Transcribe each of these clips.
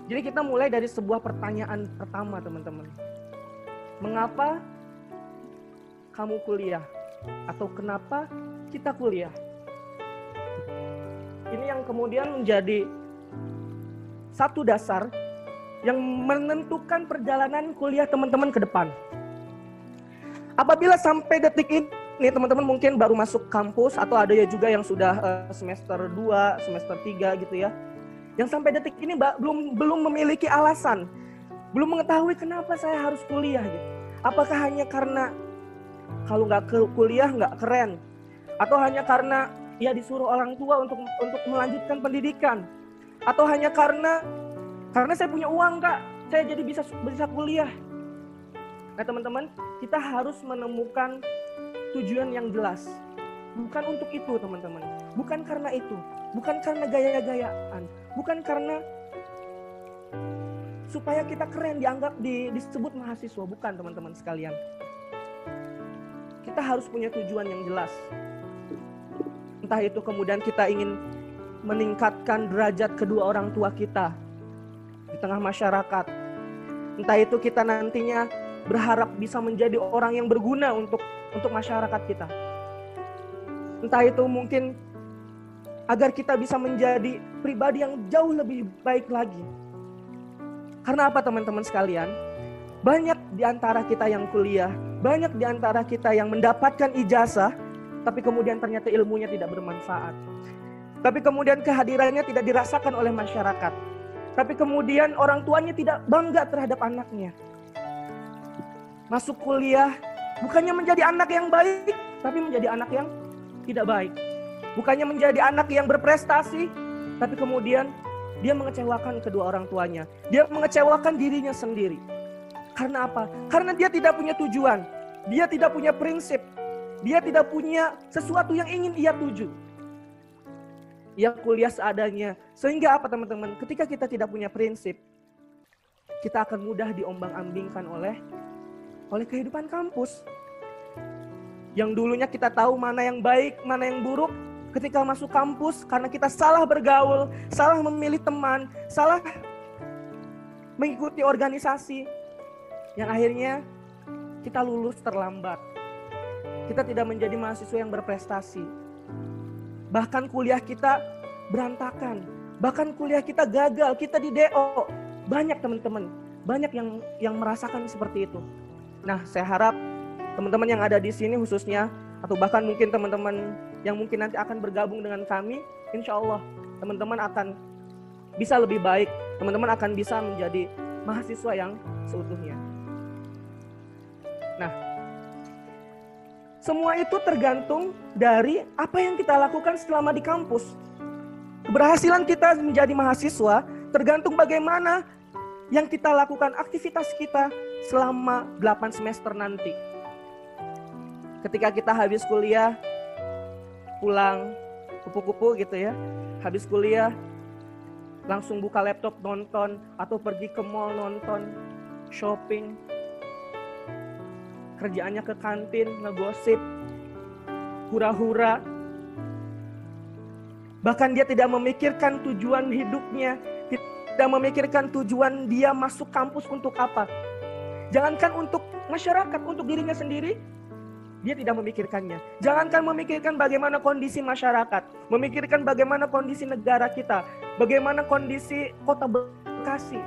Jadi kita mulai dari sebuah pertanyaan pertama, teman-teman. Mengapa kamu kuliah? Atau kenapa kita kuliah? Ini yang kemudian menjadi satu dasar yang menentukan perjalanan kuliah teman-teman ke depan. Apabila sampai detik ini teman-teman mungkin baru masuk kampus, atau ada ya juga yang sudah semester 2, semester 3 gitu ya. Yang sampai detik ini belum memiliki alasan, belum mengetahui kenapa saya harus kuliah gitu. Apakah hanya karena kalau nggak kuliah nggak keren, atau hanya karena ya disuruh orang tua untuk melanjutkan pendidikan, atau hanya karena saya punya uang Kak, saya jadi bisa kuliah. Nah teman-teman, kita harus menemukan tujuan yang jelas. Bukan untuk itu teman-teman, bukan karena itu, bukan karena gaya-gayaan, bukan karena supaya kita keren disebut mahasiswa, bukan teman-teman sekalian. Kita harus punya tujuan yang jelas. Entah itu kemudian kita ingin meningkatkan derajat kedua orang tua kita di tengah masyarakat. Entah itu kita nantinya berharap bisa menjadi orang yang berguna untuk masyarakat kita. Entah itu mungkin agar kita bisa menjadi pribadi yang jauh lebih baik lagi. Karena apa teman-teman sekalian? Banyak di antara kita yang kuliah, banyak di antara kita yang mendapatkan ijazah, tapi kemudian ternyata ilmunya tidak bermanfaat. Tapi kemudian kehadirannya tidak dirasakan oleh masyarakat. Tapi kemudian orang tuanya tidak bangga terhadap anaknya. Masuk kuliah, bukannya menjadi anak yang baik, tapi menjadi anak yang tidak baik. Bukannya menjadi anak yang berprestasi, tapi kemudian dia mengecewakan kedua orang tuanya. Dia mengecewakan dirinya sendiri. Karena apa? Karena dia tidak punya tujuan. Dia tidak punya prinsip. Dia tidak punya sesuatu yang ingin ia tuju. Ia kuliah seadanya. Sehingga apa teman-teman? Ketika kita tidak punya prinsip, kita akan mudah diombang-ambingkan oleh kehidupan kampus. Yang dulunya kita tahu mana yang baik, mana yang buruk, ketika masuk kampus karena kita salah bergaul, salah memilih teman, salah mengikuti organisasi, yang akhirnya kita lulus terlambat. Kita tidak menjadi mahasiswa yang berprestasi. Bahkan kuliah kita berantakan, bahkan kuliah kita gagal, kita di DO. Banyak teman-teman, banyak yang merasakan seperti itu. Nah, saya harap teman-teman yang ada di sini khususnya, atau bahkan mungkin teman-teman yang mungkin nanti akan bergabung dengan kami, insya Allah teman-teman akan bisa lebih baik, teman-teman akan bisa menjadi mahasiswa yang seutuhnya. Nah, semua itu tergantung dari apa yang kita lakukan selama di kampus. Keberhasilan kita menjadi mahasiswa tergantung bagaimana yang kita lakukan aktivitas kita selama 8 semester nanti. Ketika kita habis kuliah, pulang, kupu-kupu gitu ya. Habis kuliah, langsung buka laptop nonton, atau pergi ke mall nonton, shopping. Kerjaannya ke kantin, ngegosip, hura-hura. Bahkan dia tidak memikirkan tujuan hidupnya, tidak memikirkan tujuan dia masuk kampus untuk apa. Jangankan untuk masyarakat, untuk dirinya sendiri, dia tidak memikirkannya. Jangankan memikirkan bagaimana kondisi masyarakat, memikirkan bagaimana kondisi negara kita, bagaimana kondisi kota Bekasi.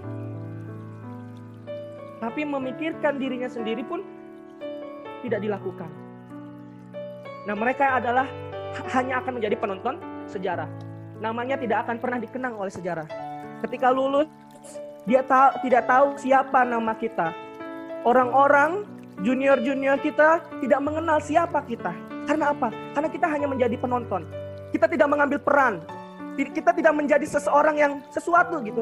Tapi memikirkan dirinya sendiri pun tidak dilakukan. Nah, mereka adalah hanya akan menjadi penonton sejarah. Namanya tidak akan pernah dikenang oleh sejarah. Ketika lulus, dia tidak tahu siapa nama kita. Orang-orang junior-junior kita tidak mengenal siapa kita. Karena apa? Karena kita hanya menjadi penonton. Kita tidak mengambil peran. Kita tidak menjadi seseorang yang sesuatu gitu.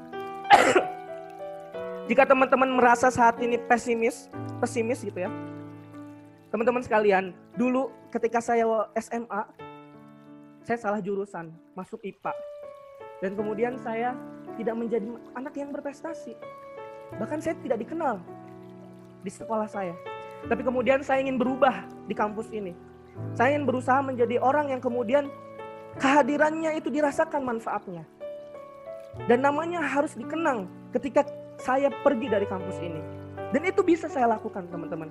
Jika teman-teman merasa saat ini pesimis gitu ya. Teman-teman sekalian, dulu ketika saya SMA, saya salah jurusan, masuk IPA. Dan kemudian saya tidak menjadi anak yang berprestasi. Bahkan saya tidak dikenal di sekolah saya. Tapi kemudian saya ingin berubah di kampus ini. Saya ingin berusaha menjadi orang yang kemudian kehadirannya itu dirasakan manfaatnya. Dan namanya harus dikenang ketika saya pergi dari kampus ini. Dan itu bisa saya lakukan, teman-teman.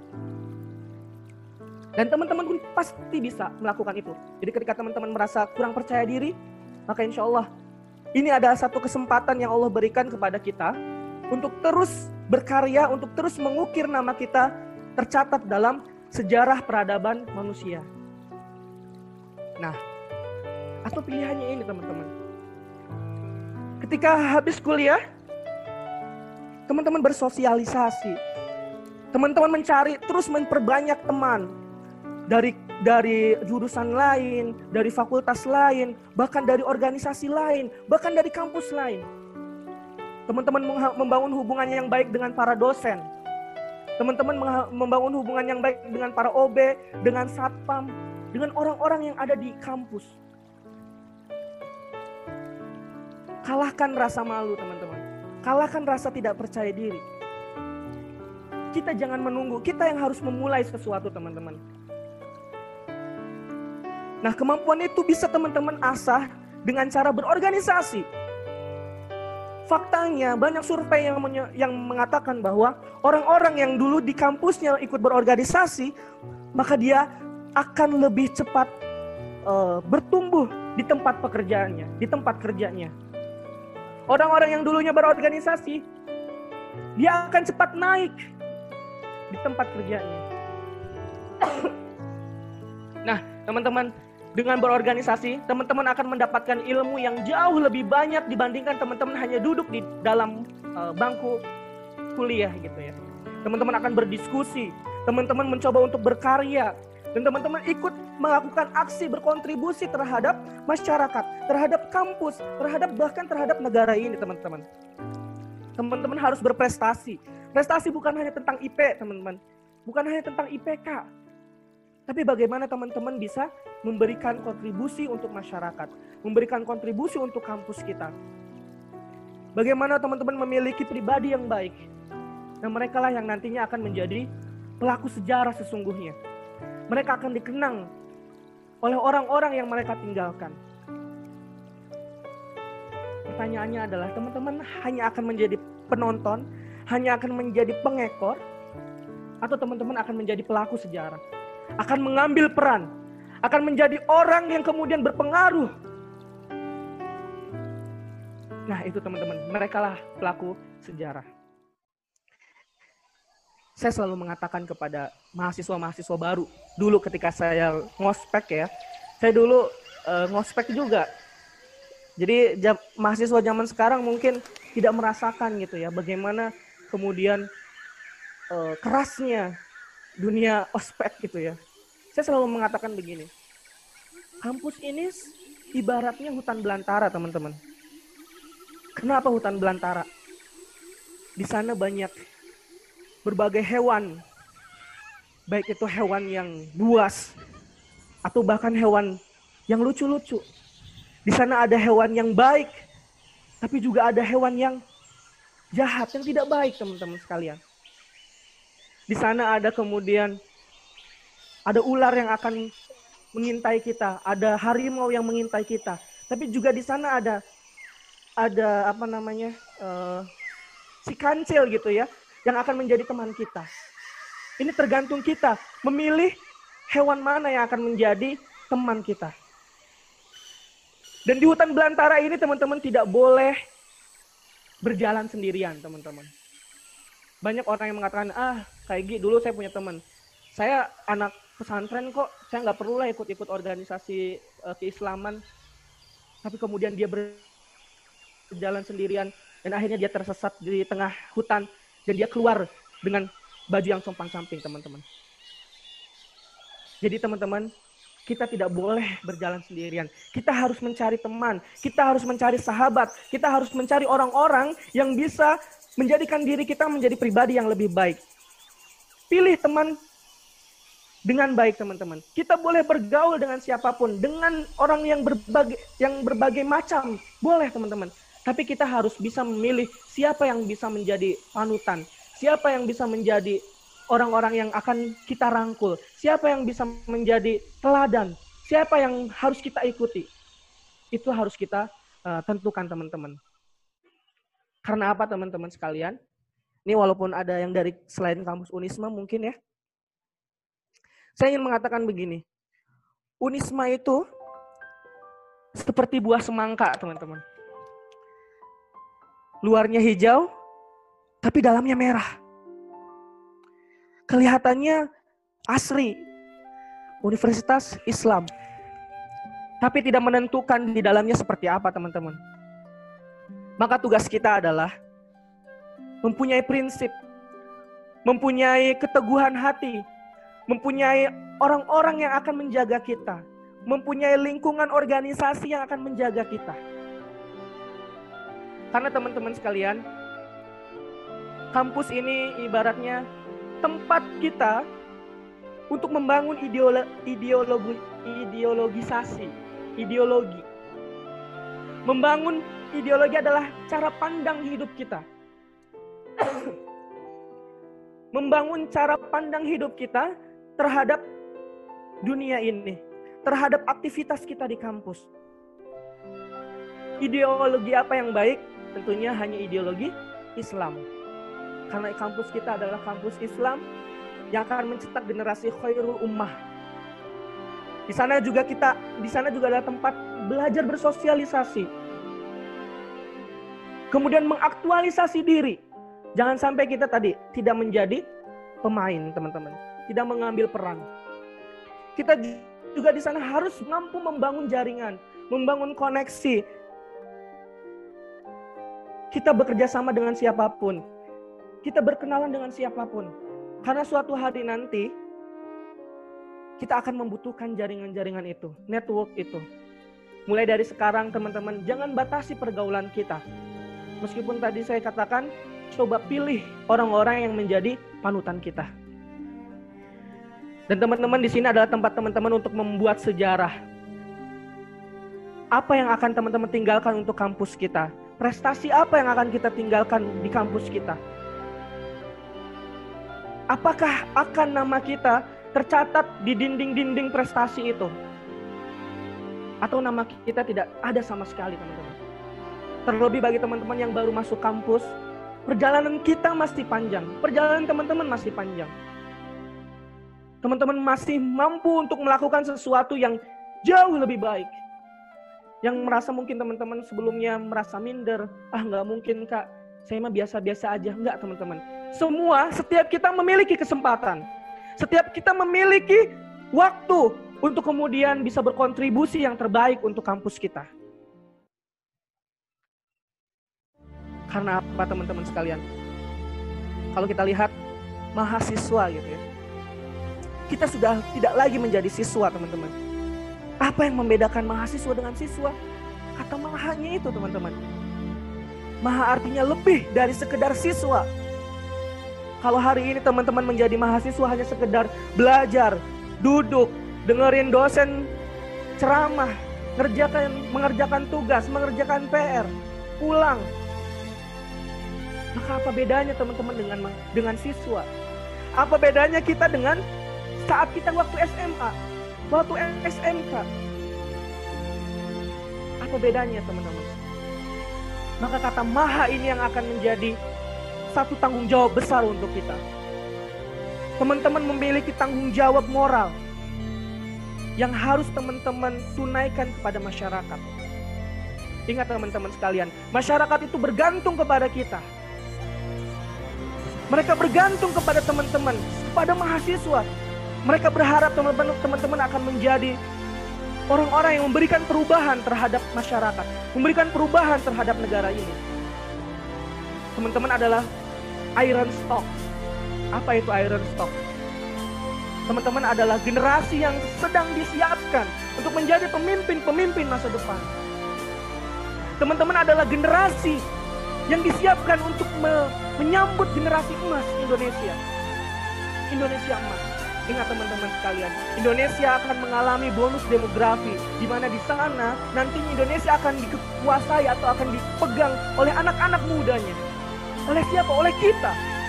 Dan teman-teman pun pasti bisa melakukan itu. Jadi ketika teman-teman merasa kurang percaya diri, maka insya Allah ini adalah satu kesempatan yang Allah berikan kepada kita untuk terus berkarya, untuk terus mengukir nama kita tercatat dalam sejarah peradaban manusia. Nah, atau pilihannya ini teman-teman. Ketika habis kuliah, teman-teman bersosialisasi. Teman-teman mencari, terus memperbanyak teman. Dari jurusan lain, dari fakultas lain, bahkan dari organisasi lain, bahkan dari kampus lain. Teman-teman membangun hubungan yang baik dengan para dosen. Teman-teman membangun hubungan yang baik dengan para OB, dengan satpam, dengan orang-orang yang ada di kampus. Kalahkan rasa malu, teman-teman. Kalahkan rasa tidak percaya diri. Kita jangan menunggu, kita yang harus memulai sesuatu, teman-teman. Nah, kemampuan itu bisa teman-teman asah dengan cara berorganisasi. Faktanya banyak survei yang mengatakan bahwa orang-orang yang dulu di kampusnya ikut berorganisasi, maka dia akan lebih cepat bertumbuh di tempat pekerjaannya, di tempat kerjanya. Orang-orang yang dulunya berorganisasi, dia akan cepat naik di tempat kerjanya. Nah, teman-teman, dengan berorganisasi, teman-teman akan mendapatkan ilmu yang jauh lebih banyak dibandingkan teman-teman hanya duduk di dalam bangku kuliah gitu ya. Teman-teman akan berdiskusi, teman-teman mencoba untuk berkarya, dan teman-teman ikut melakukan aksi berkontribusi terhadap masyarakat, terhadap kampus, bahkan terhadap negara ini, teman-teman. Teman-teman harus berprestasi. Prestasi bukan hanya tentang IP, teman-teman. Bukan hanya tentang IPK. Tapi bagaimana teman-teman bisa memberikan kontribusi untuk masyarakat, memberikan kontribusi untuk kampus kita. Bagaimana teman-teman memiliki pribadi yang baik. Dan mereka lah yang nantinya akan menjadi pelaku sejarah sesungguhnya. Mereka akan dikenang oleh orang-orang yang mereka tinggalkan. Pertanyaannya adalah, teman-teman hanya akan menjadi penonton, hanya akan menjadi pengekor, atau teman-teman akan menjadi pelaku sejarah? Akan mengambil peran, akan menjadi orang yang kemudian berpengaruh. Nah, itu teman-teman, mereka lah pelaku sejarah. Saya selalu mengatakan kepada mahasiswa-mahasiswa baru, dulu ketika saya ngospek ya, saya dulu ngospek juga. Jadi mahasiswa zaman sekarang mungkin tidak merasakan gitu ya, bagaimana kemudian kerasnya dunia ospek gitu ya. Saya selalu mengatakan begini, kampus ini ibaratnya hutan belantara, teman-teman. Kenapa hutan belantara? Di sana banyak berbagai hewan, baik itu hewan yang buas atau bahkan hewan yang lucu-lucu. Di sana ada hewan yang baik, tapi juga ada hewan yang jahat, yang tidak baik, teman-teman sekalian. Di sana ada kemudian ada ular yang akan mengintai kita, ada harimau yang mengintai kita, tapi juga di sana ada si kancil gitu ya, yang akan menjadi teman kita. Ini tergantung kita memilih hewan mana yang akan menjadi teman kita. Dan di hutan belantara ini teman-teman tidak boleh berjalan sendirian, teman-teman. Banyak orang yang mengatakan, kayak dulu saya punya teman. Saya anak pesantren kok, saya nggak perlulah ikut-ikut organisasi keislaman. Tapi kemudian dia berjalan sendirian dan akhirnya dia tersesat di tengah hutan. Dan dia keluar dengan baju yang compang-camping, teman-teman. Jadi teman-teman, kita tidak boleh berjalan sendirian. Kita harus mencari teman, kita harus mencari sahabat, kita harus mencari orang-orang yang bisa menjadikan diri kita menjadi pribadi yang lebih baik. Pilih teman dengan baik, teman-teman. Kita boleh bergaul dengan siapapun, dengan orang yang berbagai macam. Boleh, teman-teman. Tapi kita harus bisa memilih siapa yang bisa menjadi panutan, siapa yang bisa menjadi orang-orang yang akan kita rangkul, siapa yang bisa menjadi teladan, siapa yang harus kita ikuti. Itu harus kita tentukan, teman-teman. Karena apa teman-teman sekalian? Ini walaupun ada yang dari selain kampus Unisma mungkin ya. Saya ingin mengatakan begini. Unisma itu seperti buah semangka, teman-teman. Luarnya hijau, tapi dalamnya merah. Kelihatannya asri, Universitas Islam. Tapi tidak menentukan di dalamnya seperti apa, teman-teman. Maka tugas kita adalah mempunyai prinsip, mempunyai keteguhan hati, mempunyai orang-orang yang akan menjaga kita, mempunyai lingkungan organisasi yang akan menjaga kita. Karena teman-teman sekalian, kampus ini ibaratnya tempat kita untuk membangun ideologi. Membangun ideologi adalah cara pandang hidup kita. Membangun cara pandang hidup kita terhadap dunia ini, terhadap aktivitas kita di kampus. Ideologi apa yang baik? Tentunya hanya ideologi Islam. Karena kampus kita adalah kampus Islam yang akan mencetak generasi khairul ummah. Di sana juga adalah tempat belajar bersosialisasi. Kemudian mengaktualisasi diri. Jangan sampai kita tadi tidak menjadi pemain, teman-teman. Tidak mengambil peran. Kita juga di sana harus mampu membangun jaringan, membangun koneksi. Kita bekerja sama dengan siapapun. Kita berkenalan dengan siapapun. Karena suatu hari nanti kita akan membutuhkan jaringan-jaringan itu, network itu. Mulai dari sekarang teman-teman, jangan batasi pergaulan kita. Meskipun tadi saya katakan, coba pilih orang-orang yang menjadi panutan kita. Dan teman-teman di sini adalah tempat teman-teman untuk membuat sejarah. Apa yang akan teman-teman tinggalkan untuk kampus kita? Prestasi apa yang akan kita tinggalkan di kampus kita? Apakah akan nama kita tercatat di dinding-dinding prestasi itu? Atau nama kita tidak ada sama sekali, teman-teman? Terlebih bagi teman-teman yang baru masuk kampus, perjalanan kita masih panjang. Perjalanan teman-teman masih panjang. Teman-teman masih mampu untuk melakukan sesuatu yang jauh lebih baik. Yang merasa mungkin teman-teman sebelumnya merasa minder. Nggak mungkin kak, saya mah biasa-biasa aja. Enggak teman-teman. Setiap kita memiliki kesempatan. Setiap kita memiliki waktu untuk kemudian bisa berkontribusi yang terbaik untuk kampus kita. Karena apa teman-teman sekalian? Kalau kita lihat mahasiswa gitu ya. Kita sudah tidak lagi menjadi siswa teman-teman. Apa yang membedakan mahasiswa dengan siswa? Kata mahanya itu teman-teman. Maha artinya lebih dari sekedar siswa. Kalau hari ini teman-teman menjadi mahasiswa hanya sekedar belajar, duduk, dengerin dosen ceramah, mengerjakan tugas, mengerjakan PR, pulang. Maka apa bedanya teman-teman dengan siswa? Apa bedanya kita dengan saat kita waktu SMA, waktu SMK? Apa bedanya teman-teman? Maka kata maha ini yang akan menjadi satu tanggung jawab besar untuk kita. Teman-teman memiliki tanggung jawab moral yang harus teman-teman tunaikan kepada masyarakat. Ingat teman-teman sekalian, masyarakat itu bergantung kepada kita. Mereka bergantung kepada teman-teman, kepada mahasiswa. Mereka berharap teman-teman akan menjadi orang-orang yang memberikan perubahan terhadap masyarakat, memberikan perubahan terhadap negara ini. Teman-teman adalah iron stock. Apa itu iron stock? Teman-teman adalah generasi yang sedang disiapkan untuk menjadi pemimpin-pemimpin masa depan. Teman-teman adalah generasi yang disiapkan untuk menyambut generasi emas Indonesia. Indonesia emas. Ingat teman-teman sekalian, Indonesia akan mengalami bonus demografi, di mana di sana nantinya Indonesia akan dikuasai atau akan dipegang oleh anak-anak mudanya. Oleh siapa? Oleh kita.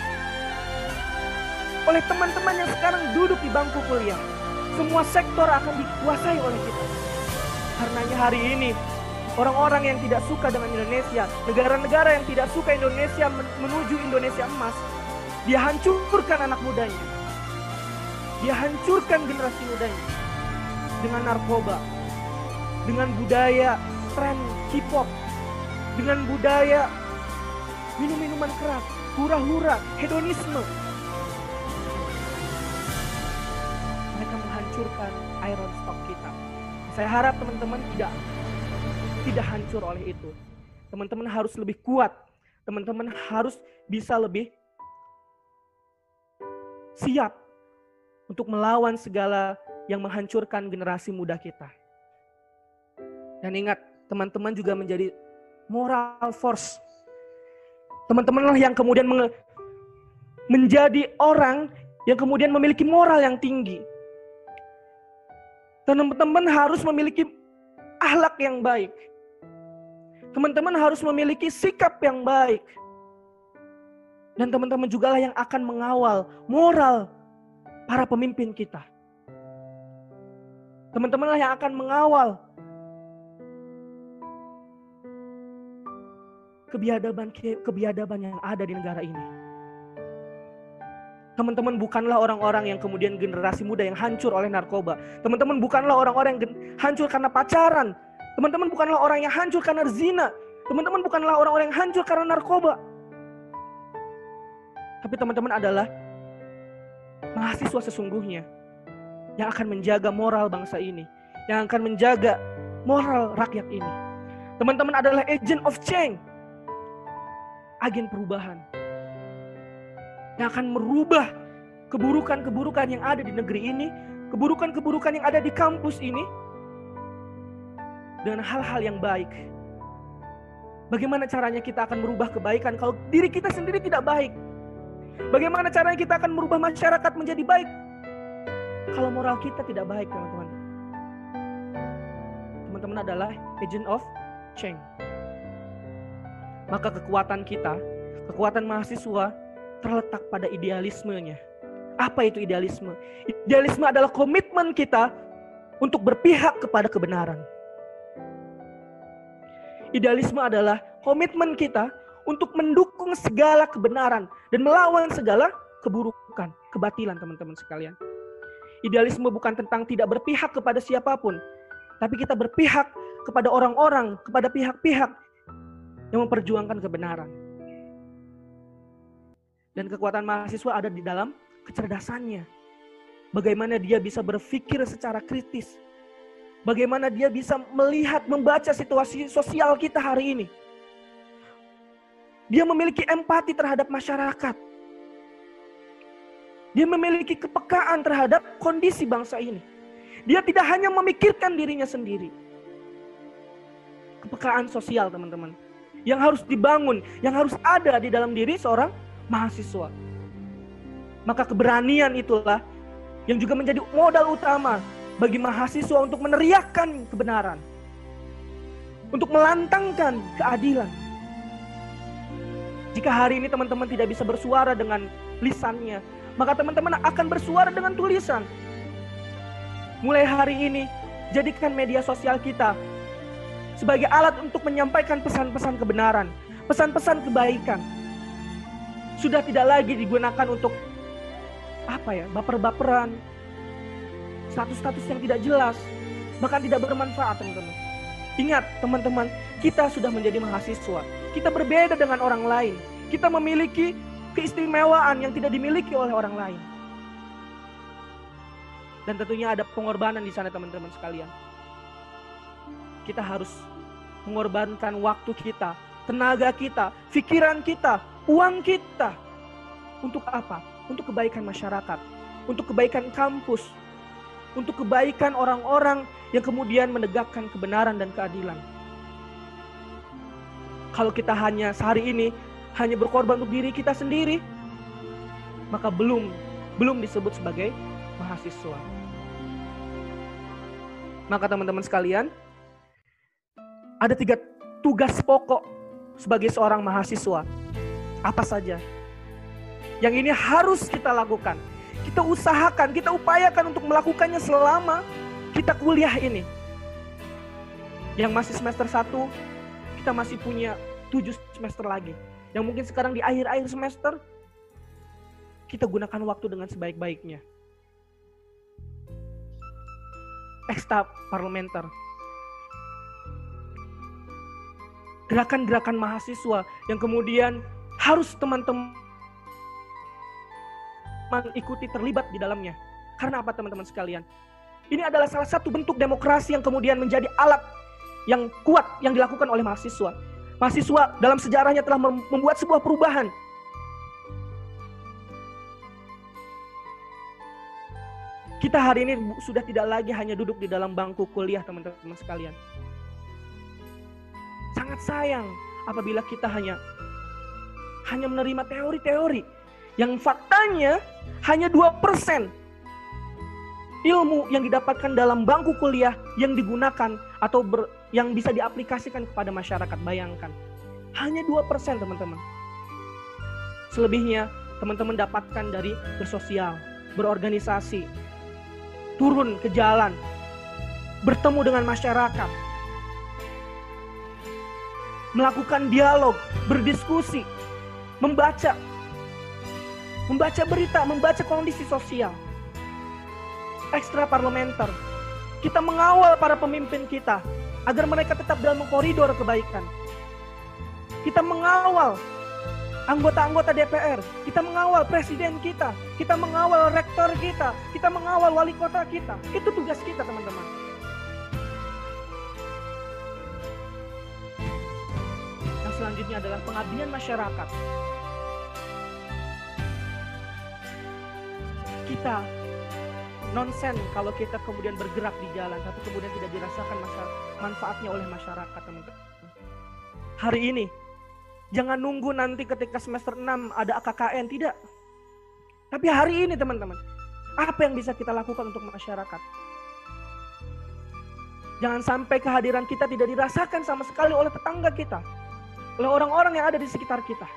Oleh teman-teman yang sekarang duduk di bangku kuliah. Semua sektor akan dikuasai oleh kita. Karenanya hari ini, orang-orang yang tidak suka dengan Indonesia, negara-negara yang tidak suka Indonesia menuju Indonesia emas, dia hancurkan anak mudanya. Dia hancurkan generasi mudanya dengan narkoba, dengan budaya tren K-pop, dengan budaya minum-minuman keras, hura-hura, hedonisme. Mereka menghancurkan iron stock kita. Saya harap teman-teman tidak hancur oleh itu. Teman-teman harus lebih kuat. Teman-teman harus bisa lebih siap untuk melawan segala yang menghancurkan generasi muda kita. Dan ingat, teman-teman juga menjadi moral force. Teman-teman lah yang kemudian menjadi orang yang kemudian memiliki moral yang tinggi. Teman-teman harus memiliki akhlak yang baik. Teman-teman harus memiliki sikap yang baik. Dan teman-teman juga lah yang akan mengawal moral para pemimpin kita. Teman-teman lah yang akan mengawal kebiadaban yang ada di negara ini. Teman-teman bukanlah orang-orang yang kemudian generasi muda yang hancur oleh narkoba. Teman-teman bukanlah orang-orang yang hancur karena pacaran. Teman-teman bukanlah orang yang hancur karena zina. Teman-teman bukanlah orang-orang yang hancur karena narkoba. Tapi teman-teman adalah mahasiswa sesungguhnya yang akan menjaga moral bangsa ini, yang akan menjaga moral rakyat ini. Teman-teman adalah agent of change, agen perubahan yang akan merubah keburukan-keburukan yang ada di negeri ini, keburukan-keburukan yang ada di kampus ini dengan hal-hal yang baik. Bagaimana caranya kita akan merubah kebaikan kalau diri kita sendiri tidak baik? Bagaimana caranya kita akan merubah masyarakat menjadi baik kalau moral kita tidak baik, teman-teman? Teman-teman adalah agent of change. Maka kekuatan kita, kekuatan mahasiswa terletak pada idealismenya. Apa itu idealisme? Idealisme adalah komitmen kita untuk berpihak kepada kebenaran. Idealisme adalah komitmen kita untuk mendukung segala kebenaran dan melawan segala keburukan, kebatilan, teman-teman sekalian. Idealisme bukan tentang tidak berpihak kepada siapapun, tapi kita berpihak kepada orang-orang, kepada pihak-pihak yang memperjuangkan kebenaran. Dan kekuatan mahasiswa ada di dalam kecerdasannya. Bagaimana dia bisa berpikir secara kritis. Bagaimana dia bisa melihat, membaca situasi sosial kita hari ini. Dia memiliki empati terhadap masyarakat. Dia memiliki kepekaan terhadap kondisi bangsa ini. Dia tidak hanya memikirkan dirinya sendiri. Kepekaan sosial, teman-teman, yang harus dibangun, yang harus ada di dalam diri seorang mahasiswa. Maka keberanian itulah yang juga menjadi modal utama bagi mahasiswa untuk meneriakkan kebenaran, untuk melantangkan keadilan. Jika hari ini teman-teman tidak bisa bersuara dengan lisannya, maka teman-teman akan bersuara dengan tulisan. Mulai hari ini, jadikan media sosial kita sebagai alat untuk menyampaikan pesan-pesan kebenaran, pesan-pesan kebaikan. Sudah tidak lagi digunakan untuk baper-baperan, status-status yang tidak jelas, bahkan tidak bermanfaat, teman-teman. Ingat, teman-teman, kita sudah menjadi mahasiswa. Kita berbeda dengan orang lain. Kita memiliki keistimewaan yang tidak dimiliki oleh orang lain. Dan tentunya ada pengorbanan di sana, teman-teman sekalian. Kita harus mengorbankan waktu kita, tenaga kita, pikiran kita, uang kita. Untuk apa? Untuk kebaikan masyarakat, untuk kebaikan kampus, untuk kebaikan orang-orang yang kemudian menegakkan kebenaran dan keadilan. Kalau kita hanya sehari ini hanya berkorban untuk diri kita sendiri, maka belum disebut sebagai mahasiswa. Maka teman-teman sekalian, ada 3 tugas pokok sebagai seorang mahasiswa. Apa saja? Yang ini harus kita lakukan. Kita usahakan, kita upayakan untuk melakukannya selama kita kuliah ini. Yang masih semester 1, kita masih punya 7 semester lagi. Yang mungkin sekarang di akhir-akhir semester, kita gunakan waktu dengan sebaik-baiknya. Ekstra parlementer. Gerakan-gerakan mahasiswa yang kemudian harus teman-teman ikuti, terlibat di dalamnya. Karena apa teman-teman sekalian? Ini adalah salah satu bentuk demokrasi yang kemudian menjadi alat yang kuat yang dilakukan oleh mahasiswa. Mahasiswa dalam sejarahnya telah membuat sebuah perubahan. Kita hari ini sudah tidak lagi hanya duduk di dalam bangku kuliah teman-teman sekalian. Sangat sayang apabila kita hanya menerima teori-teori yang faktanya hanya 2% ilmu yang didapatkan dalam bangku kuliah yang digunakan atau yang bisa diaplikasikan kepada masyarakat. Bayangkan, hanya 2% teman-teman. Selebihnya teman-teman dapatkan dari bersosial, berorganisasi, turun ke jalan, bertemu dengan masyarakat, melakukan dialog, berdiskusi, membaca berita, membaca kondisi sosial. Ekstra parlementer, kita mengawal para pemimpin kita agar mereka tetap dalam koridor kebaikan. Kita mengawal anggota-anggota DPR, kita mengawal presiden kita mengawal rektor kita mengawal wali kota kita. Itu tugas kita teman-teman. Yang selanjutnya adalah pengabdian masyarakat. Kita nonsen kalau kita kemudian bergerak di jalan tapi kemudian tidak dirasakan manfaatnya oleh masyarakat teman-teman. Hari ini jangan nunggu nanti ketika semester 6 ada AKKN, tidak. Tapi hari ini teman-teman, apa yang bisa kita lakukan untuk masyarakat? Jangan sampai kehadiran kita tidak dirasakan sama sekali oleh tetangga kita, oleh orang-orang yang ada di sekitar kita.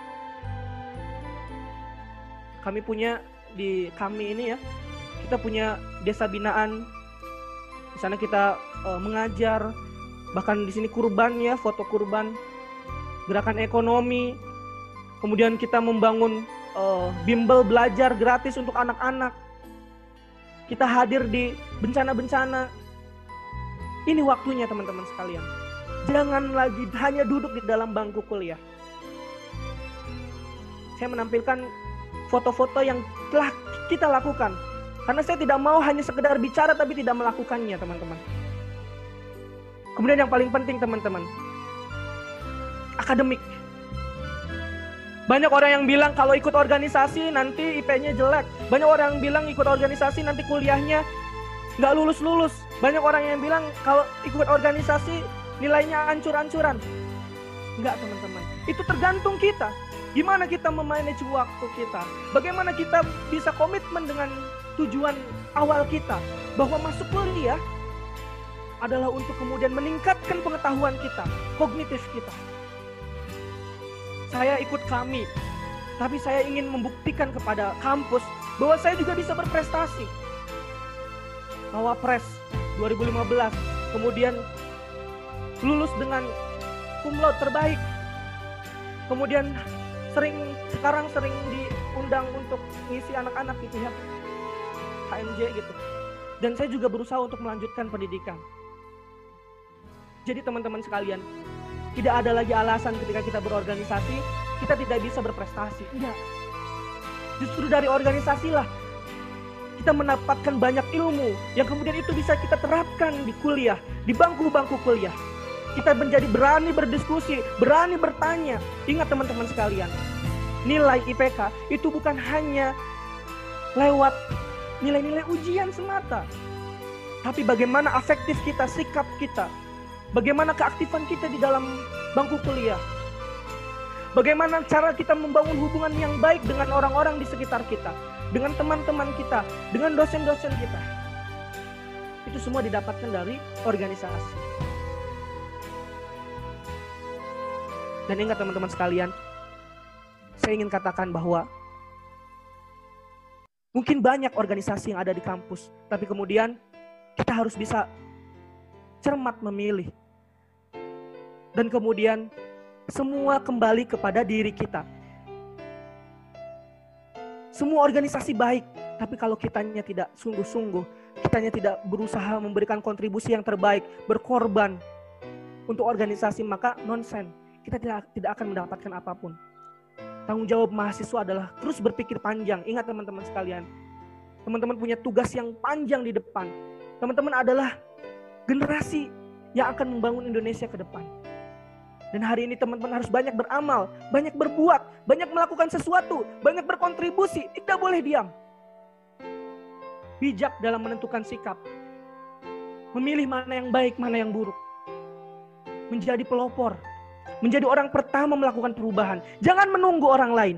Kami ini ya, kita punya desa binaan. Di sana kita mengajar, bahkan di sini kurban ya, foto kurban, gerakan ekonomi. Kemudian kita membangun bimbel belajar gratis untuk anak-anak. Kita hadir di bencana-bencana. Ini waktunya teman-teman sekalian. Jangan lagi hanya duduk di dalam bangku kuliah. Saya menampilkan foto-foto yang telah kita lakukan. Karena saya tidak mau hanya sekedar bicara tapi tidak melakukannya teman-teman. Kemudian yang paling penting teman-teman, akademik. Banyak orang yang bilang kalau ikut organisasi nanti IP-nya jelek. Banyak orang yang bilang ikut organisasi nanti kuliahnya nggak lulus-lulus. Banyak orang yang bilang kalau ikut organisasi nilainya hancur-hancuran. Enggak teman-teman, itu tergantung kita. Gimana kita memanage waktu kita. Bagaimana kita bisa komitmen dengan tujuan awal kita, bahwa masuk kuliah adalah untuk kemudian meningkatkan pengetahuan kita, kognitif kita. Saya ikut kami, tapi saya ingin membuktikan kepada kampus bahwa saya juga bisa berprestasi. Mawapres 2015, kemudian lulus dengan cum laude terbaik. Kemudian sekarang sering diundang untuk ngisi anak-anak gitu ya, HMJ gitu. Dan saya juga berusaha untuk melanjutkan pendidikan. Jadi teman-teman sekalian, tidak ada lagi alasan ketika kita berorganisasi, kita tidak bisa berprestasi. Enggak. Justru dari organisasilah kita mendapatkan banyak ilmu yang kemudian itu bisa kita terapkan di kuliah, di bangku-bangku kuliah. Kita menjadi berani berdiskusi, berani bertanya. Ingat teman-teman sekalian, nilai IPK itu bukan hanya lewat nilai-nilai ujian semata. Tapi bagaimana afektif kita, sikap kita. Bagaimana keaktifan kita di dalam bangku kuliah. Bagaimana cara kita membangun hubungan yang baik dengan orang-orang di sekitar kita. Dengan teman-teman kita, dengan dosen-dosen kita. Itu semua didapatkan dari organisasi. Dan ingat teman-teman sekalian, saya ingin katakan bahwa mungkin banyak organisasi yang ada di kampus, tapi kemudian kita harus bisa cermat memilih Dan kemudian semua kembali kepada diri kita. Semua organisasi baik, tapi kalau kitanya tidak sungguh-sungguh, kitanya tidak berusaha memberikan kontribusi yang terbaik, berkorban untuk organisasi, maka nonsen. Kita tidak akan mendapatkan apapun. Tanggung jawab mahasiswa adalah terus berpikir panjang. Ingat teman-teman sekalian, teman-teman punya tugas yang panjang di depan. Teman-teman adalah generasi yang akan membangun Indonesia ke depan. Dan hari ini teman-teman harus banyak beramal, banyak berbuat, banyak melakukan sesuatu, banyak berkontribusi, tidak boleh diam. Bijak dalam menentukan sikap. Memilih mana yang baik, mana yang buruk. Menjadi pelopor. Menjadi orang pertama melakukan perubahan. Jangan menunggu orang lain.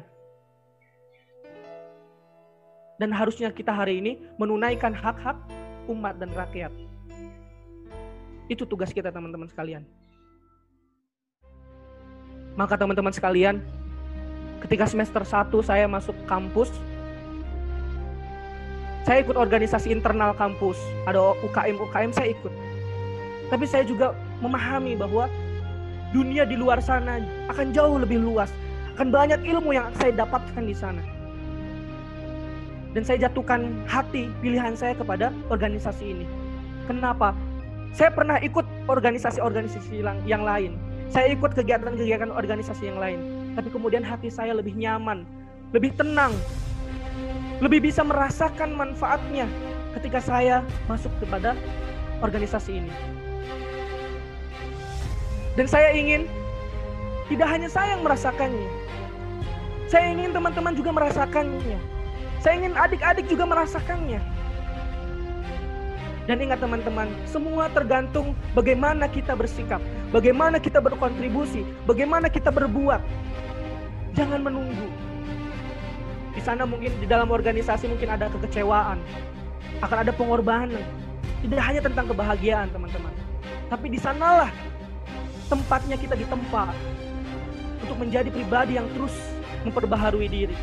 Dan harusnya kita hari ini menunaikan hak-hak umat dan rakyat. Itu tugas kita teman-teman sekalian. Maka teman-teman sekalian, ketika semester 1 saya masuk kampus, saya ikut organisasi internal kampus, ada UKM saya ikut. Tapi saya juga memahami bahwa dunia di luar sana akan jauh lebih luas, akan banyak ilmu yang saya dapatkan di sana. Dan saya jatuhkan hati pilihan saya kepada organisasi ini. Kenapa? Saya pernah ikut organisasi-organisasi yang lain. Saya ikut kegiatan-kegiatan organisasi yang lain. Tapi kemudian hati saya lebih nyaman, lebih tenang, lebih bisa merasakan manfaatnya ketika saya masuk kepada organisasi ini. Dan saya ingin tidak hanya saya yang merasakannya. Saya ingin teman-teman juga merasakannya. Saya ingin adik-adik juga merasakannya. Dan ingat teman-teman, semua tergantung bagaimana kita bersikap, bagaimana kita berkontribusi, bagaimana kita berbuat. Jangan menunggu. Di sana mungkin di dalam organisasi mungkin ada kekecewaan, akan ada pengorbanan. Tidak hanya tentang kebahagiaan teman-teman, tapi di sanalah tempatnya kita ditempa untuk menjadi pribadi yang terus memperbaharui diri.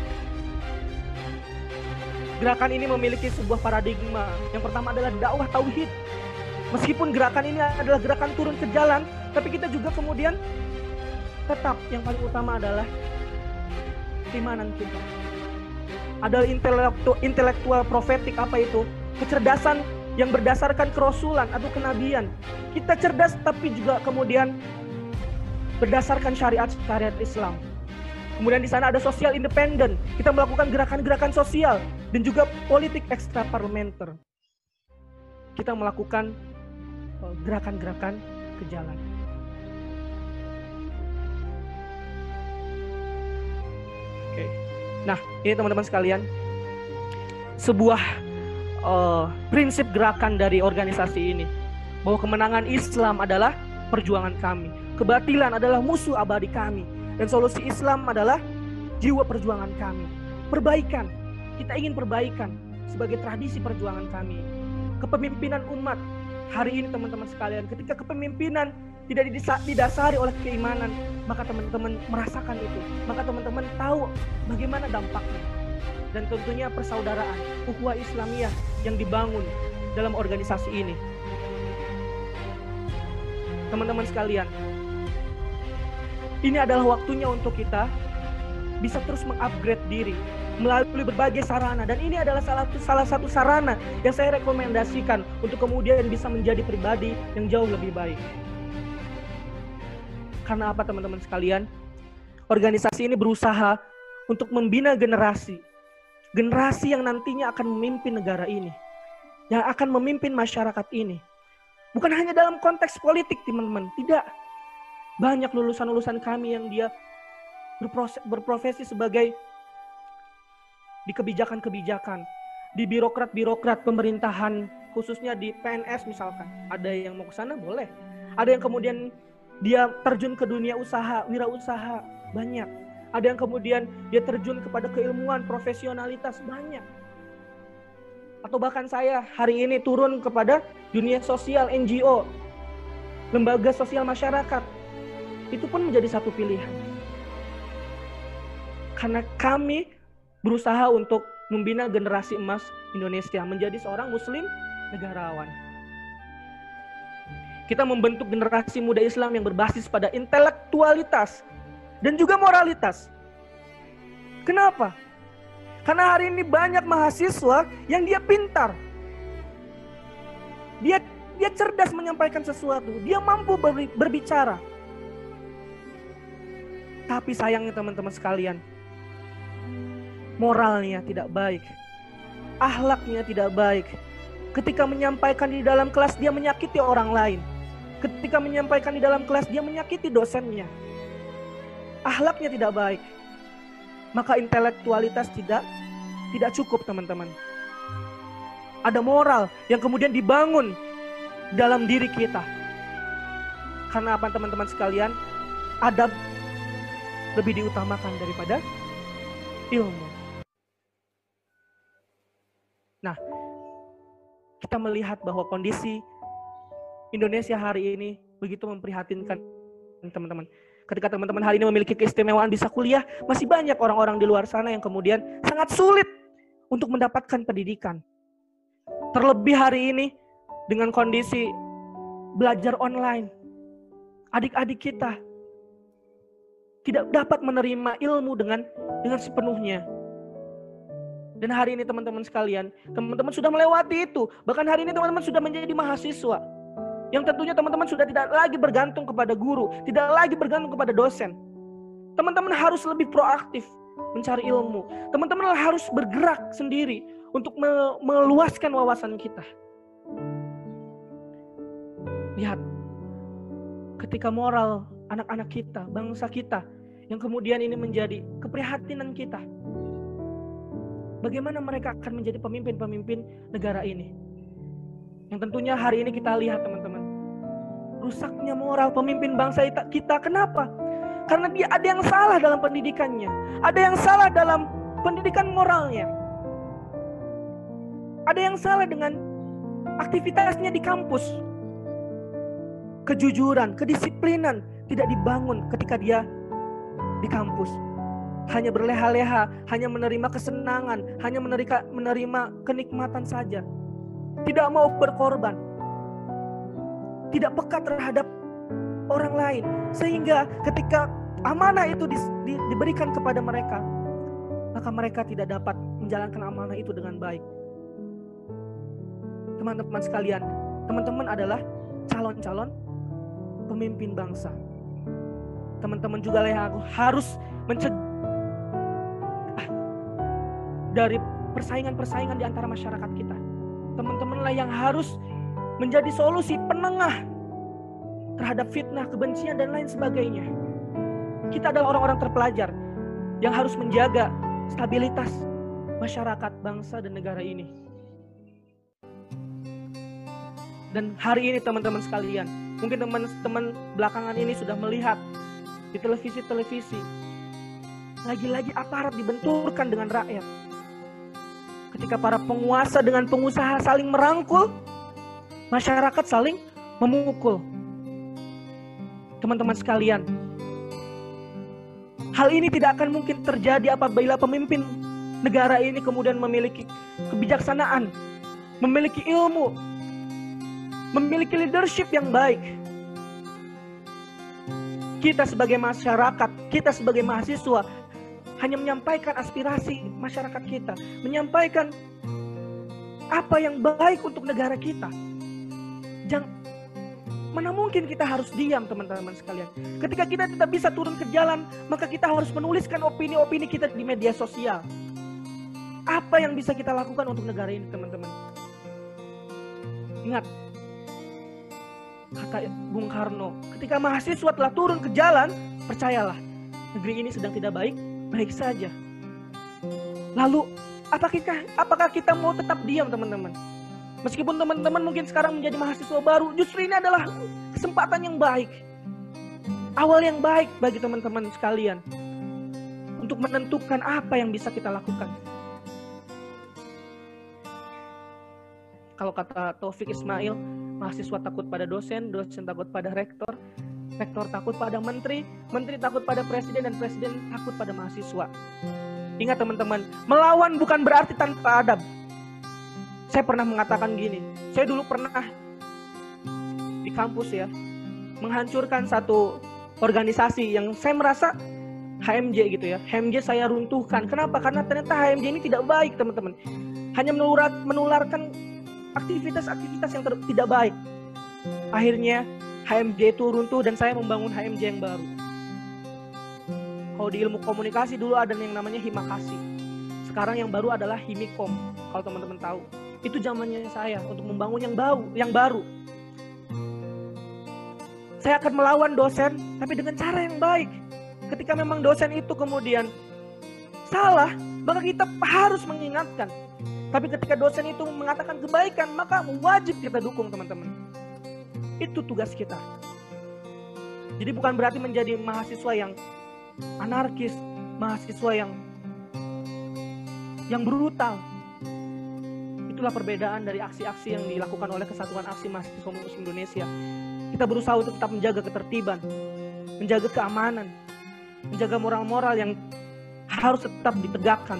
Gerakan ini memiliki sebuah paradigma. Yang pertama adalah dakwah tauhid. Meskipun gerakan ini adalah gerakan turun ke jalan, tapi kita juga kemudian tetap yang paling utama adalah keimanan kita. Adalah intelektual profetik, apa itu? Kecerdasan yang berdasarkan kerasulan atau kenabian. Kita cerdas tapi juga kemudian berdasarkan syariat Islam. Kemudian di sana ada sosial independen. Kita melakukan gerakan-gerakan sosial dan juga politik ekstra parlementer. Kita melakukan gerakan-gerakan ke jalan. Oke. Nah, ini teman-teman sekalian, sebuah prinsip gerakan dari organisasi ini, bahwa kemenangan Islam adalah perjuangan kami, kebatilan adalah musuh abadi kami, dan solusi Islam adalah jiwa perjuangan kami. Perbaikan, kita ingin perbaikan sebagai tradisi perjuangan kami. Kepemimpinan umat hari ini teman-teman sekalian, ketika kepemimpinan tidak didasari oleh keimanan, maka teman-teman merasakan itu, maka teman-teman tahu bagaimana dampaknya. Dan tentunya persaudaraan, ukhuwah Islamiyah yang dibangun dalam organisasi ini. Teman-teman sekalian, ini adalah waktunya untuk kita bisa terus mengupgrade diri melalui berbagai sarana, dan ini adalah salah satu sarana yang saya rekomendasikan untuk kemudian bisa menjadi pribadi yang jauh lebih baik. Karena apa teman-teman sekalian? Organisasi ini berusaha untuk membina generasi yang nantinya akan memimpin negara ini, yang akan memimpin masyarakat ini. Bukan hanya dalam konteks politik teman-teman, tidak. Banyak lulusan-lulusan kami yang dia berprofesi sebagai di kebijakan-kebijakan, di birokrat-birokrat pemerintahan, khususnya di PNS misalkan. Ada yang mau ke sana boleh. Ada yang kemudian dia terjun ke dunia usaha, wirausaha, banyak. Ada yang kemudian dia terjun kepada keilmuan, profesionalitas, banyak. Atau bahkan saya hari ini turun kepada dunia sosial, NGO, lembaga sosial masyarakat. Itu pun menjadi satu pilihan. Karena kami berusaha untuk membina generasi emas Indonesia menjadi seorang muslim negarawan. Kita membentuk generasi muda Islam yang berbasis pada intelektualitas dan juga moralitas. Kenapa? Karena hari ini banyak mahasiswa yang dia pintar. Dia cerdas menyampaikan sesuatu. Dia mampu berbicara. Tapi sayangnya teman-teman sekalian, moralnya tidak baik. Akhlaknya tidak baik. Ketika menyampaikan di dalam kelas, dia menyakiti orang lain. Ketika menyampaikan di dalam kelas, dia menyakiti dosennya. Akhlaknya tidak baik. Maka intelektualitas tidak cukup, teman-teman. Ada moral yang kemudian dibangun dalam diri kita. Karena apa, teman-teman sekalian? Adab lebih diutamakan daripada ilmu. Nah, kita melihat bahwa kondisi Indonesia hari ini begitu memprihatinkan, teman-teman. Ketika teman-teman hari ini memiliki keistimewaan bisa kuliah, masih banyak orang-orang di luar sana yang kemudian sangat sulit untuk mendapatkan pendidikan. Terlebih hari ini dengan kondisi belajar online, adik-adik kita tidak dapat menerima ilmu dengan sepenuhnya. Dan hari ini teman-teman sekalian, teman-teman sudah melewati itu. Bahkan hari ini teman-teman sudah menjadi mahasiswa. Yang tentunya teman-teman sudah tidak lagi bergantung kepada guru, tidak lagi bergantung kepada dosen. Teman-teman harus lebih proaktif mencari ilmu. Teman-teman harus bergerak sendiri untuk meluaskan wawasan kita. Lihat, ketika moral anak-anak kita, bangsa kita, yang kemudian ini menjadi keprihatinan kita. Bagaimana mereka akan menjadi pemimpin-pemimpin negara ini? Yang tentunya hari ini kita lihat, teman-teman, rusaknya moral pemimpin bangsa kita. Kenapa? Karena dia ada yang salah dalam pendidikannya, ada yang salah dalam pendidikan moralnya, ada yang salah dengan aktivitasnya di kampus. Kejujuran, kedisiplinan tidak dibangun ketika dia di kampus. Hanya berleha-leha, hanya menerima kesenangan, hanya menerima kenikmatan saja. Tidak mau berkorban, tidak peka terhadap orang lain, sehingga ketika amanah itu diberikan kepada mereka, maka mereka tidak dapat menjalankan amanah itu dengan baik. Teman-teman sekalian, teman-teman adalah calon-calon pemimpin bangsa. Teman-teman juga harus mencegah dari persaingan-persaingan di antara masyarakat kita. Teman-temanlah yang harus menjadi solusi penengah terhadap fitnah, kebencian, dan lain sebagainya. Kita adalah orang-orang terpelajar yang harus menjaga stabilitas masyarakat, bangsa, dan negara ini. Dan hari ini teman-teman sekalian, mungkin teman-teman belakangan ini sudah melihat di televisi-televisi, lagi-lagi aparat dibenturkan dengan rakyat. Ketika para penguasa dengan pengusaha saling merangkul, masyarakat saling memukul. Teman-teman sekalian, hal ini tidak akan mungkin terjadi apabila pemimpin negara ini kemudian memiliki kebijaksanaan, memiliki ilmu, memiliki leadership yang baik. Kita sebagai masyarakat, kita sebagai mahasiswa hanya menyampaikan aspirasi masyarakat kita, menyampaikan apa yang baik untuk negara kita. Mana mungkin kita harus diam, teman-teman sekalian. Ketika kita tidak bisa turun ke jalan, maka kita harus menuliskan opini-opini kita di media sosial. Apa yang bisa kita lakukan untuk negara ini, teman-teman? Ingat, kata Bung Karno, ketika mahasiswa telah turun ke jalan, percayalah, negeri ini sedang tidak baik saja. Lalu, apakah kita mau tetap diam, teman-teman? Meskipun teman-teman mungkin sekarang menjadi mahasiswa baru, justru ini adalah kesempatan yang baik. Awal yang baik bagi teman-teman sekalian untuk menentukan apa yang bisa kita lakukan. Kalau kata Taufik Ismail, mahasiswa takut pada dosen, dosen takut pada rektor, rektor takut pada menteri, menteri takut pada presiden, dan presiden takut pada mahasiswa. Ingat teman-teman, melawan bukan berarti tanpa adab. Saya pernah mengatakan gini, saya dulu pernah di kampus ya, menghancurkan satu organisasi yang saya merasa HMJ gitu ya. HMJ saya runtuhkan. Kenapa? Karena ternyata HMJ ini tidak baik, teman-teman. Hanya menularkan aktivitas-aktivitas yang tidak baik. Akhirnya HMJ itu runtuh dan saya membangun HMJ yang baru. Kalau di ilmu komunikasi dulu ada yang namanya Himakasi. Sekarang yang baru adalah Himikom. Kalau teman-teman tahu, itu zamannya saya untuk membangun yang baru. Saya akan melawan dosen, tapi dengan cara yang baik. Ketika memang dosen itu kemudian salah, maka kita harus mengingatkan. Tapi ketika dosen itu mengatakan kebaikan, maka wajib kita dukung, teman-teman. Itu tugas kita. Jadi bukan berarti menjadi mahasiswa yang anarkis, mahasiswa yang brutal. Itulah perbedaan dari aksi-aksi yang dilakukan oleh Kesatuan Aksi Mahasiswa Muslim Indonesia. Kita berusaha untuk tetap menjaga ketertiban, menjaga keamanan, menjaga moral-moral yang harus tetap ditegakkan.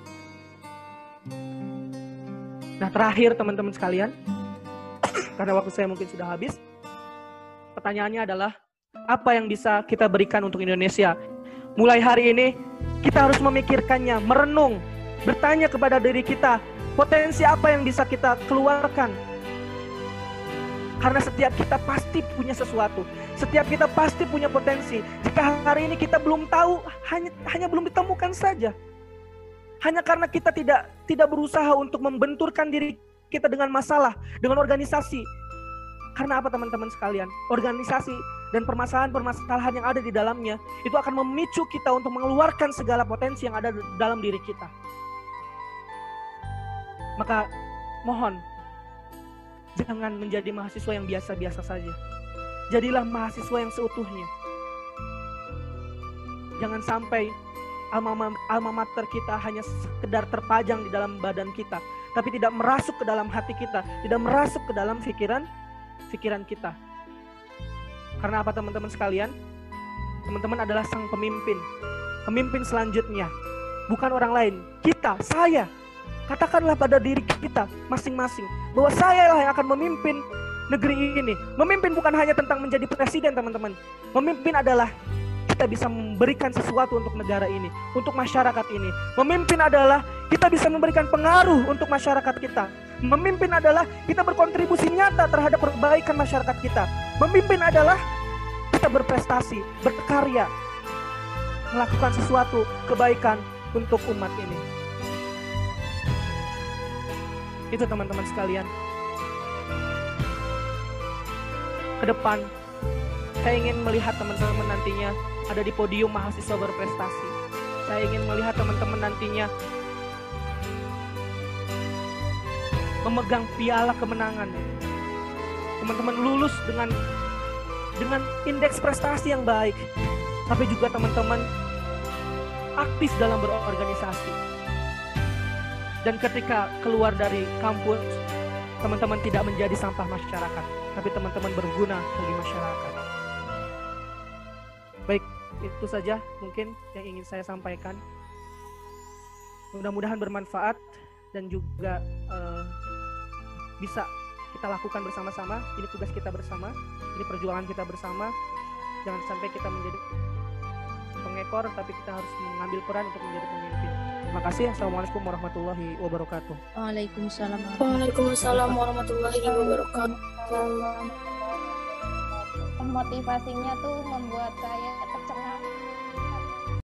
Nah, terakhir teman-teman sekalian, karena waktu saya mungkin sudah habis, pertanyaannya adalah apa yang bisa kita berikan untuk Indonesia? Mulai hari ini kita harus memikirkannya, merenung, bertanya kepada diri kita, potensi apa yang bisa kita keluarkan. Karena setiap kita pasti punya sesuatu, setiap kita pasti punya potensi. Jika hari ini kita belum tahu, hanya belum ditemukan saja. Hanya karena kita tidak berusaha untuk membenturkan diri kita dengan masalah, dengan organisasi. Karena apa teman-teman sekalian? Organisasi dan permasalahan-permasalahan yang ada di dalamnya itu akan memicu kita untuk mengeluarkan segala potensi yang ada dalam diri kita. Maka mohon, jangan menjadi mahasiswa yang biasa-biasa saja. Jadilah mahasiswa yang seutuhnya. Jangan sampai alma mater kita hanya sekedar terpajang di dalam badan kita, tapi tidak merasuk ke dalam hati kita, tidak merasuk ke dalam pikiran kita. Karena apa teman-teman sekalian? Teman-teman adalah sang pemimpin. Pemimpin selanjutnya bukan orang lain, kita, saya. Katakanlah pada diri kita masing-masing bahwa saya lah yang akan memimpin negeri ini. Memimpin bukan hanya tentang menjadi presiden, teman-teman. Memimpin adalah kita bisa memberikan sesuatu untuk negara ini, untuk masyarakat ini. Memimpin adalah kita bisa memberikan pengaruh untuk masyarakat kita. Memimpin adalah kita berkontribusi nyata terhadap perbaikan masyarakat kita. Memimpin adalah kita berprestasi, berkarya, melakukan sesuatu kebaikan untuk umat ini. Itu teman-teman sekalian. Ke depan, saya ingin melihat teman-teman nantinya ada di podium mahasiswa berprestasi. Saya ingin melihat teman-teman nantinya memegang piala kemenangan. Teman-teman lulus dengan indeks prestasi yang baik. Tapi juga teman-teman aktif dalam berorganisasi. Dan ketika keluar dari kampus, teman-teman tidak menjadi sampah masyarakat, tapi teman-teman berguna bagi masyarakat. Baik, itu saja mungkin yang ingin saya sampaikan. Mudah-mudahan bermanfaat dan juga bisa kita lakukan bersama-sama. Ini tugas kita bersama, ini perjuangan kita bersama. Jangan sampai kita menjadi pengekor, tapi kita harus mengambil peran untuk menjadi pemimpin. Terima kasih. Assalamualaikum warahmatullahi wabarakatuh. Waalaikumsalam. Waalaikumsalam warahmatullahi wabarakatuh. Motivasinya tuh membuat saya